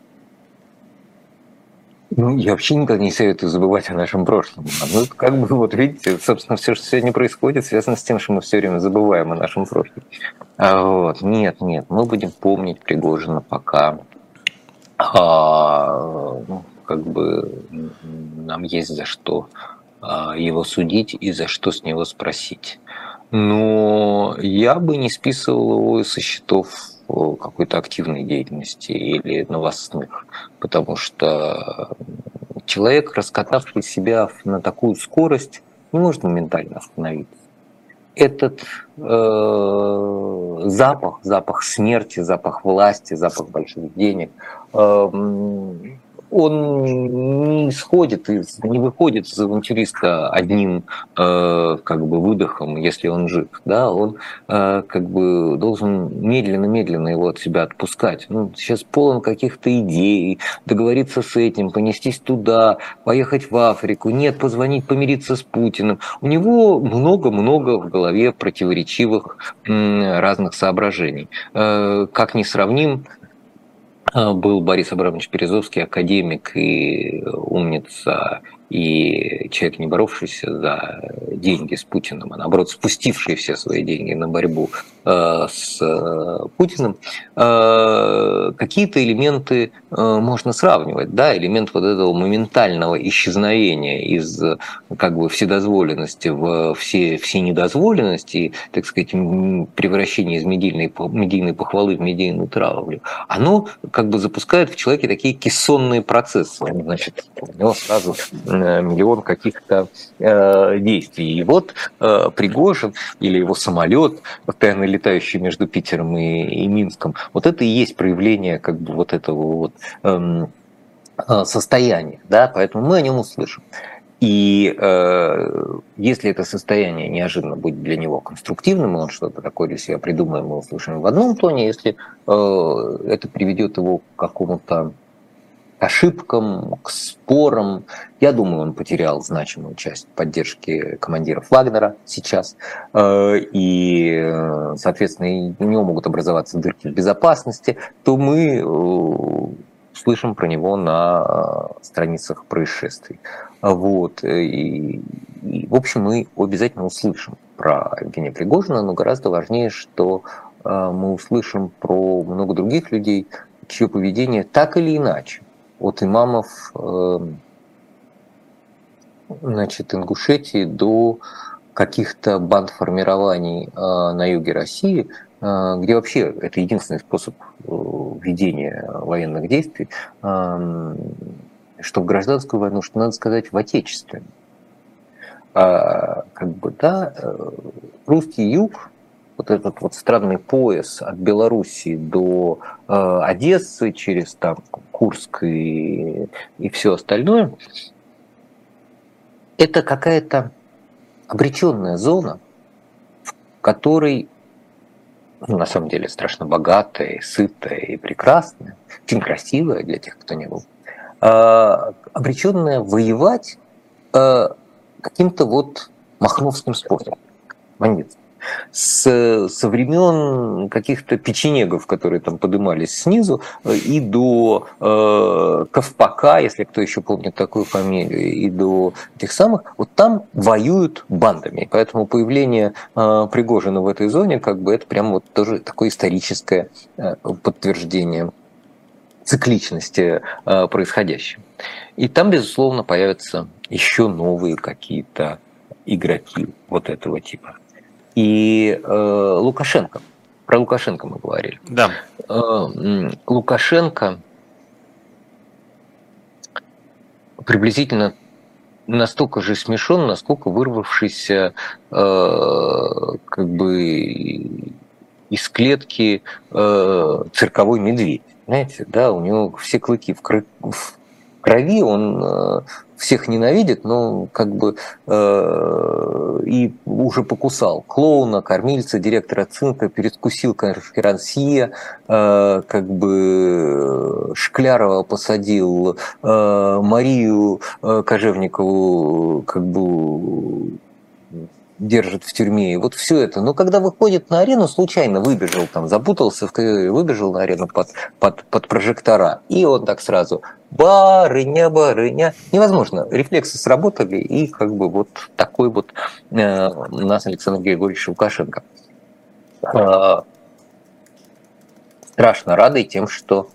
Ну, я вообще никак не советую забывать о нашем прошлом. Ну, как бы, вот видите, собственно, все, что сегодня происходит, связано с тем, что мы все время забываем о нашем прошлом. А вот, нет, нет, мы будем помнить Пригожина пока... А, ну, как бы нам есть за что а, его судить и за что с него спросить. Но я бы не списывал его со счетов какой-то активной деятельности или новостных, потому что человек, раскатавший себя на такую скорость, не может моментально остановиться. Этот э, запах, запах смерти, запах власти, запах больших денег, э, он не исходит, из, не выходит из авантюриста одним э, как бы выдохом, если он жив. Да? Он э, как бы должен медленно-медленно его от себя отпускать. Ну, сейчас полон каких-то идей, договориться с этим, понестись туда, поехать в Африку, нет, позвонить, помириться с Путиным. У него много-много в голове противоречивых м, разных соображений. Э, как ни сравним, был Борис Абрамович Березовский, академик и умница, и человек, не боровшийся за деньги с Путиным, а наоборот спустивший все свои деньги на борьбу э, с э, Путиным, э, какие-то элементы э, можно сравнивать. Да, элемент вот этого моментального исчезновения из как бы вседозволенности в все, все недозволенности, так сказать, превращение из медийной, медийной похвалы в медийную травлю, оно как бы запускает в человеке такие кессонные процессы. Значит, у него сразу миллион каких-то э, действий. И вот э, Пригожин или его самолет, постоянно летающий между Питером и, и Минском, вот это и есть проявление как бы вот этого вот э, состояния, да, поэтому мы о нем услышим. И э, если это состояние неожиданно будет для него конструктивным, и он что-то такое для себя придумает, мы услышим в одном тоне, если э, это приведет его к какому-то ошибкам, к спорам. Я думаю, он потерял значимую часть поддержки командиров Вагнера сейчас, и, соответственно, у него могут образоваться дырки в безопасности, то мы слышим про него на страницах происшествий. Вот. И, и, в общем, мы обязательно услышим про Евгения Пригожина, но гораздо важнее, что мы услышим про много других людей, чье поведение так или иначе, от имамов, значит, Ингушетии до каких-то бандформирований на юге России, где вообще это единственный способ ведения военных действий, что в гражданскую войну, что надо сказать, в отечественную. Как бы, да, русский юг, вот этот вот странный пояс от Белоруссии до э, Одессы, через там Курск и, и все остальное, это какая-то обреченная зона, в которой, ну, на самом деле, страшно богатая, сытая и прекрасная, очень красивая для тех, кто не был, э, обреченная воевать э, каким-то вот махновским способом, бандитским. С, со времен каких-то печенегов, которые там подымались снизу, и до э, Ковпака, если кто еще помнит такую фамилию, и до этих самых, вот там воюют бандами. И поэтому появление э, Пригожина в этой зоне, как бы это прям вот тоже такое историческое э, подтверждение цикличности э, происходящего. И там, безусловно, появятся еще новые какие-то игроки вот этого типа. И э, Лукашенко. Про Лукашенко мы говорили. Да. Э, Лукашенко приблизительно настолько же смешон, насколько вырвавшийся э, как бы из клетки э, цирковой медведь. Знаете, да, у него все клыки в, кры... в крови, он э, всех ненавидит, но как бы э, и уже покусал клоуна, кормильца, директора цинка, перескусил конферансье, э, как бы Шклярова посадил, э, Марию э, Кожевникову как бы держит в тюрьме, и вот все это. Но когда выходит на арену, случайно выбежал, там, запутался, выбежал на арену под, под, под прожектора, и он так сразу барыня, барыня. Невозможно. Рефлексы сработали, и как бы вот такой вот э, у нас Александр Григорьевич Лукашенко. Э, страшно радый тем, что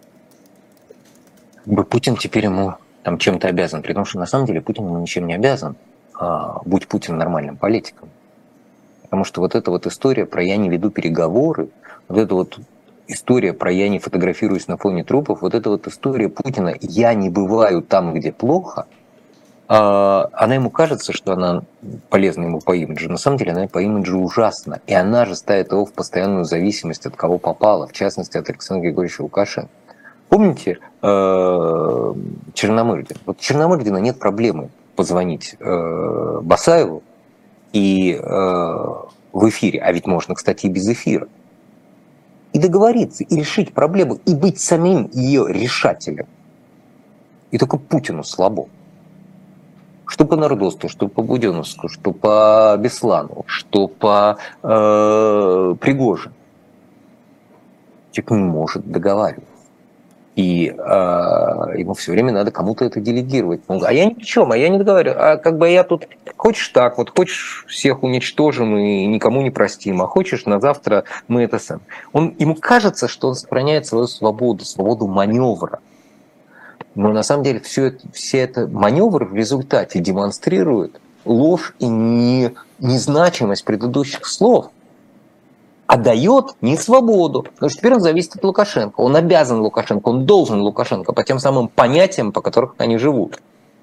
как бы Путин теперь ему там чем-то обязан, при том, что на самом деле Путин ему ничем не обязан. Будь Путин нормальным политиком. Потому что вот эта вот история про «я не веду переговоры», вот эта вот история про «я не фотографируюсь на фоне трупов», вот эта вот история Путина «я не бываю там, где плохо», она ему кажется, что она полезна ему по имиджу. На самом деле она по имиджу ужасна. И она же ставит его в постоянную зависимость от кого попало, в частности от Александра Григорьевича Лукашенко. Помните э, Черномырдина? Вот Черномырдина нет проблемы позвонить э, Басаеву и э, в эфире, а ведь можно, кстати, и без эфира, и договориться, и решить проблему, и быть самим ее решателем. И только Путину слабо. Что по Нордосту, что по Буденновску, что по Беслану, что по э, Пригожину. Человек не может договариваться. И э, ему все время надо кому-то это делегировать. Он говорит, а я ни в чем, а я не договариваю. А как бы я тут, хочешь так, вот хочешь всех уничтожим и никому не простим, а хочешь на завтра мы это сам. Он, ему кажется, что он сохраняет свою свободу, свободу маневра. Но на самом деле все это, все это маневры в результате демонстрируют ложь и не, незначимость предыдущих слов. А дает не свободу. Потому что теперь он зависит от Лукашенко. Он обязан Лукашенко, он должен Лукашенко по тем самым понятиям, по которым они живут.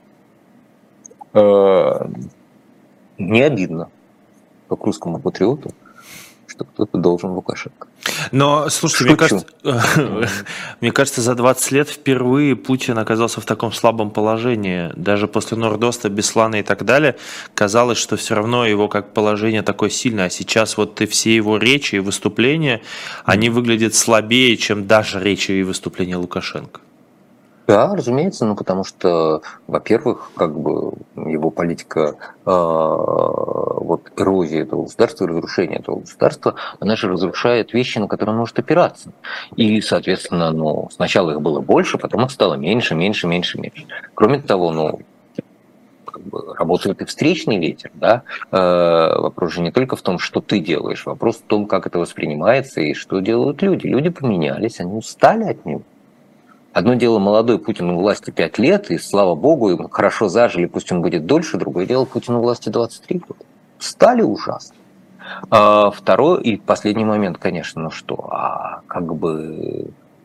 Не обидно, как русскому патриоту, что кто-то должен Лукашенко. Но, слушайте, мне кажется, мне кажется, за двадцать лет впервые Путин оказался в таком слабом положении. Даже после Нордоста, Беслана и так далее, казалось, что все равно его как положение такое сильное. А сейчас вот и все его речи и выступления, они выглядят слабее, чем даже речи и выступления Лукашенко. Да, разумеется, ну потому что, во-первых, как бы его политика э, вот эрозии этого государства, разрушения этого государства, она же разрушает вещи, на которые он может опираться. И, соответственно, ну, сначала их было больше, потом их стало меньше, меньше, меньше, меньше. Кроме того, ну, как бы работает и встречный ветер, да. Э, вопрос же не только в том, что ты делаешь, вопрос в том, как это воспринимается и что делают люди. Люди поменялись, они устали от него. Одно дело, молодой Путин у власти пять лет, и слава богу, им хорошо зажили, пусть он будет дольше. Другое дело, Путин у власти двадцать три года. Стали ужасно. А второй и последний момент, конечно, ну что, а как бы,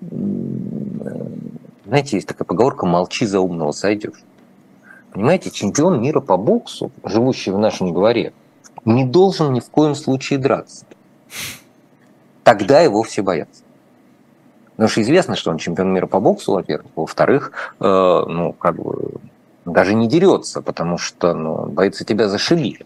знаете, есть такая поговорка «молчи, за умного сойдешь». Понимаете, чемпион мира по боксу, живущий в нашем дворе, не должен ни в коем случае драться. Тогда его все боятся. Потому что известно, что он чемпион мира по боксу, во-первых. Во-вторых, э, ну, как бы, даже не дерется, потому что ну, боится тебя зашибить.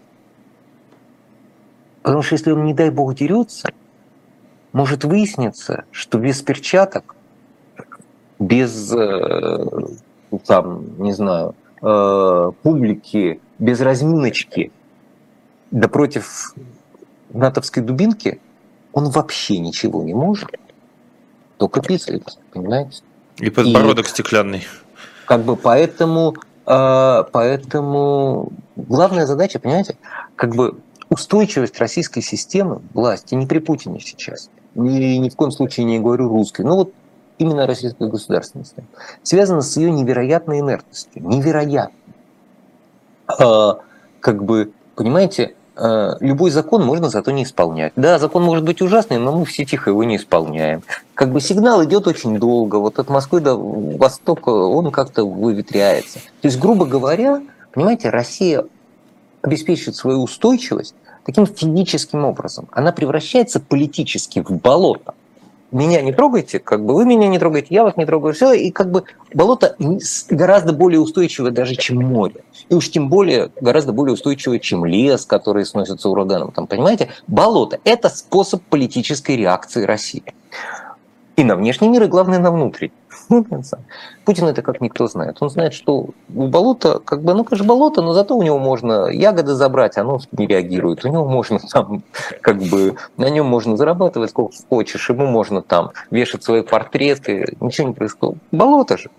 Потому что если он, не дай бог, дерется, может выясниться, что без перчаток, без, э, там, не знаю, э, публики, без разминочки, да против натовской дубинки, он вообще ничего не может. Только писается, понимаете? И подбородок и, стеклянный. Как бы поэтому, э, поэтому главная задача, понимаете, как бы устойчивость российской системы власти, не при Путине сейчас, ни, ни в коем случае не говорю русской, но вот именно российской государственности, связана с ее невероятной инертностью. Невероятно. Э, как бы, понимаете, любой закон можно зато не исполнять. Да, закон может быть ужасный, но мы все тихо его не исполняем. Как бы сигнал идет очень долго. Вот от Москвы до Востока он как-то выветряется. То есть, грубо говоря, понимаете, Россия обеспечивает свою устойчивость таким физическим образом. Она превращается политически в болото. Меня не трогайте, как бы вы меня не трогаете, я вас не трогаю, все, и как бы болото гораздо более устойчивое даже, чем море. И уж тем более гораздо более устойчивое, чем лес, который сносится ураганом. Там, понимаете, болото – это способ политической реакции России. И на внешний мир, и главное, на внутренний. Путин это как никто знает. Он знает, что у болота, как бы, ну, конечно, болото, но зато у него можно ягоды забрать, оно не реагирует. У него можно там, как бы, на нем можно зарабатывать сколько хочешь, ему можно там вешать свои портреты, ничего не происходит. Болото же.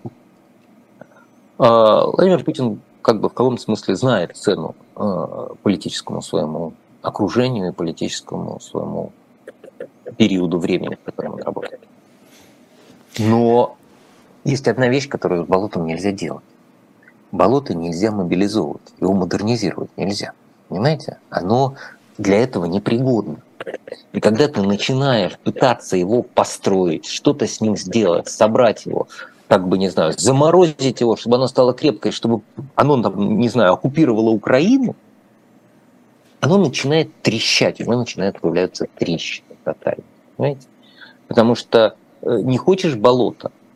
А Владимир Путин, как бы, в каком-то смысле знает цену политическому своему окружению и политическому своему периоду времени, в котором он работает. Но есть одна вещь, которую с болотом нельзя делать. Болото нельзя мобилизовывать, его модернизировать нельзя. Понимаете? Оно для этого непригодно. И когда ты начинаешь пытаться его построить, что-то с ним сделать, собрать его, как бы, не знаю, заморозить его, чтобы оно стало крепкое, чтобы оно, там, не знаю, оккупировало Украину, оно начинает трещать, у него начинают появляться трещины тотально. Понимаете? Потому что не хочешь болота,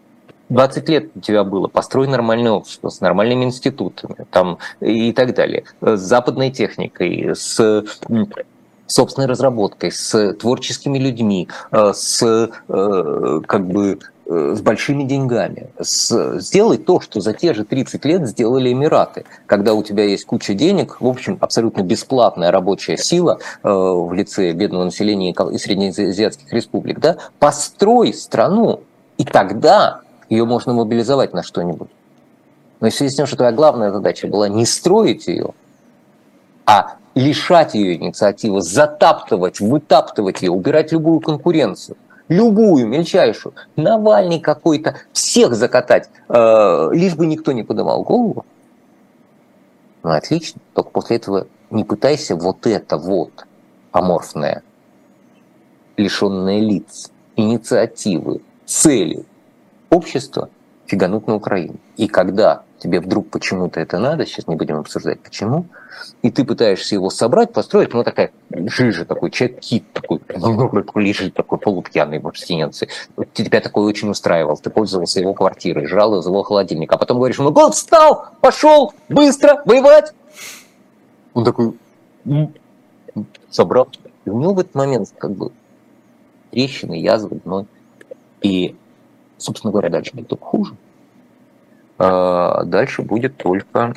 двадцать лет у тебя было, построй нормальное общество с нормальными институтами там, и так далее, с западной техникой, с собственной разработкой, с творческими людьми, с, как бы, с большими деньгами. С... Сделай то, что за те же тридцать лет сделали Эмираты, когда у тебя есть куча денег, в общем, абсолютно бесплатная рабочая сила э, в лице бедного населения и среднеазиатских республик. Да? Построй страну, и тогда ее можно мобилизовать на что-нибудь. Но если с тем, что твоя главная задача была не строить ее, а лишать ее инициативы, затаптывать, вытаптывать ее, убирать любую конкуренцию, любую, мельчайшую, Навальный какой-то, всех закатать, э, лишь бы никто не поднимал голову. Ну, отлично, только после этого не пытайся вот это вот аморфное, лишенное лиц, инициативы, цели общества фигануть на Украину. И когда тебе вдруг почему-то это надо, сейчас не будем обсуждать почему, и ты пытаешься его собрать, построить, ну такая жижа, такой человек-кит, такой, лежит такой полупьяный в абстиненции. Тебя такой очень устраивал, ты пользовался его квартирой, жрал из его холодильника, а потом говоришь ему: год встал, пошел, быстро, воевать. Он такой собрал. И у него в этот момент как бы трещины, язвы, дно. И, собственно говоря, дальше будет только хуже. А дальше будет только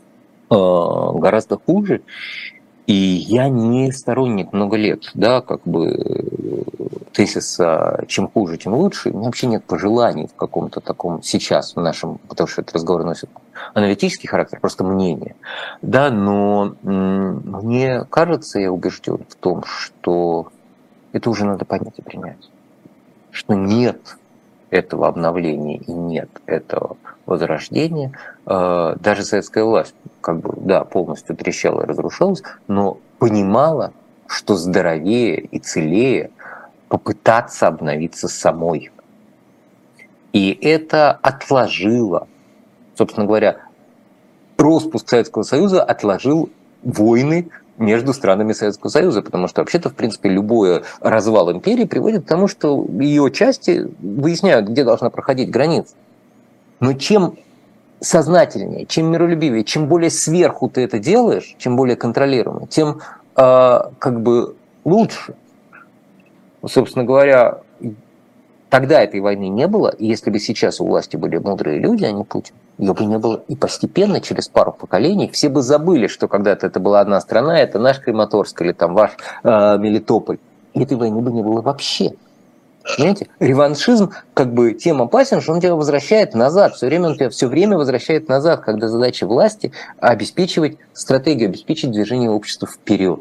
а, гораздо хуже. И я не сторонник много лет, да, как бы тезиса «чем хуже, тем лучше». У меня вообще нет пожеланий в каком-то таком сейчас, в нашем, потому что этот разговор носит аналитический характер, просто мнение. Да, но мне кажется, я убежден в том, что это уже надо понять и принять. Что нет этого обновления и нет этого возрождения. Даже советская власть как бы, да, полностью трещала и разрушалась, но понимала, что здоровее и целее попытаться обновиться самой. И это отложило, собственно говоря, распуск Советского Союза отложил войны между странами Советского Союза, потому что вообще-то, в принципе, любой развал империи приводит к тому, что ее части выясняют, где должна проходить граница. Но чем сознательнее, чем миролюбивее, чем более сверху ты это делаешь, чем более контролируемо, тем э, как бы лучше. Собственно говоря, тогда этой войны не было, и если бы сейчас у власти были мудрые люди, а не Путин, ее бы не было. И постепенно, через пару поколений, все бы забыли, что когда-то это была одна страна, это наш Краматорск или там ваш э, Мелитополь. И этой войны бы не было вообще. Понимаете? Реваншизм как бы тем опасен, что он тебя возвращает назад. Все время он тебя все время возвращает назад, когда задача власти обеспечивать стратегию, обеспечить движение общества вперед.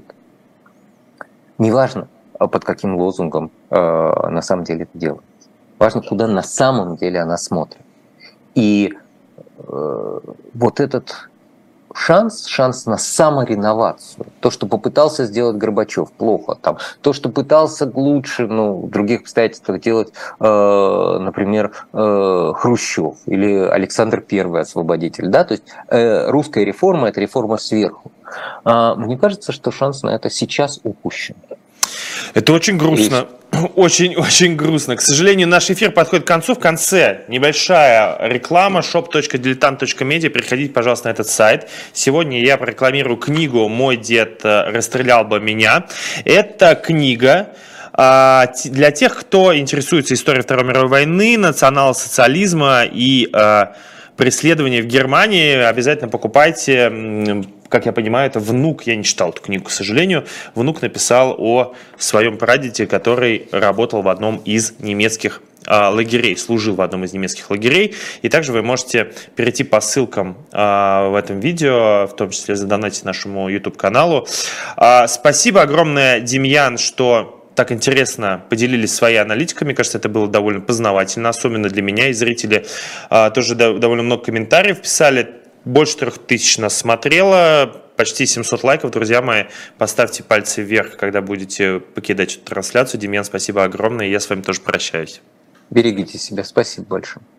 Неважно, под каким лозунгом э, на самом деле это делается. Важно, куда на самом деле она смотрит. И э, вот этот шанс, шанс на самореновацию, то, что попытался сделать Горбачев, плохо. Там, то, что пытался лучше, ну, в других обстоятельствах делать, э, например, э, Хрущев или Александр Первый освободитель. Да? То есть э, русская реформа – это реформа сверху. А мне кажется, что шанс на это сейчас упущен. Это очень грустно. Очень-очень грустно. К сожалению, наш эфир подходит к концу. В конце небольшая реклама шоп точка дилетант точка медиа. Приходите, пожалуйста, на этот сайт. Сегодня я прорекламирую книгу «Мой дед расстрелял бы меня». Это книга для тех, кто интересуется историей Второй мировой войны, национал-социализма и преследования в Германии. Обязательно покупайте. Как я понимаю, это внук, я не читал эту книгу, к сожалению, внук написал о своем прадеде, который работал в одном из немецких а, лагерей, служил в одном из немецких лагерей. И также вы можете перейти по ссылкам а, в этом видео, в том числе задонатить нашему YouTube-каналу. А, спасибо огромное, Демьян, что так интересно поделились своей аналитикой. Мне кажется, это было довольно познавательно, особенно для меня. И зрители а, тоже довольно много комментариев писали. Больше трех тысяч нас смотрело, почти семьсот лайков. Друзья мои, поставьте пальцы вверх, когда будете покидать эту трансляцию. Демьян, спасибо огромное, и я с вами тоже прощаюсь. Берегите себя, спасибо большое.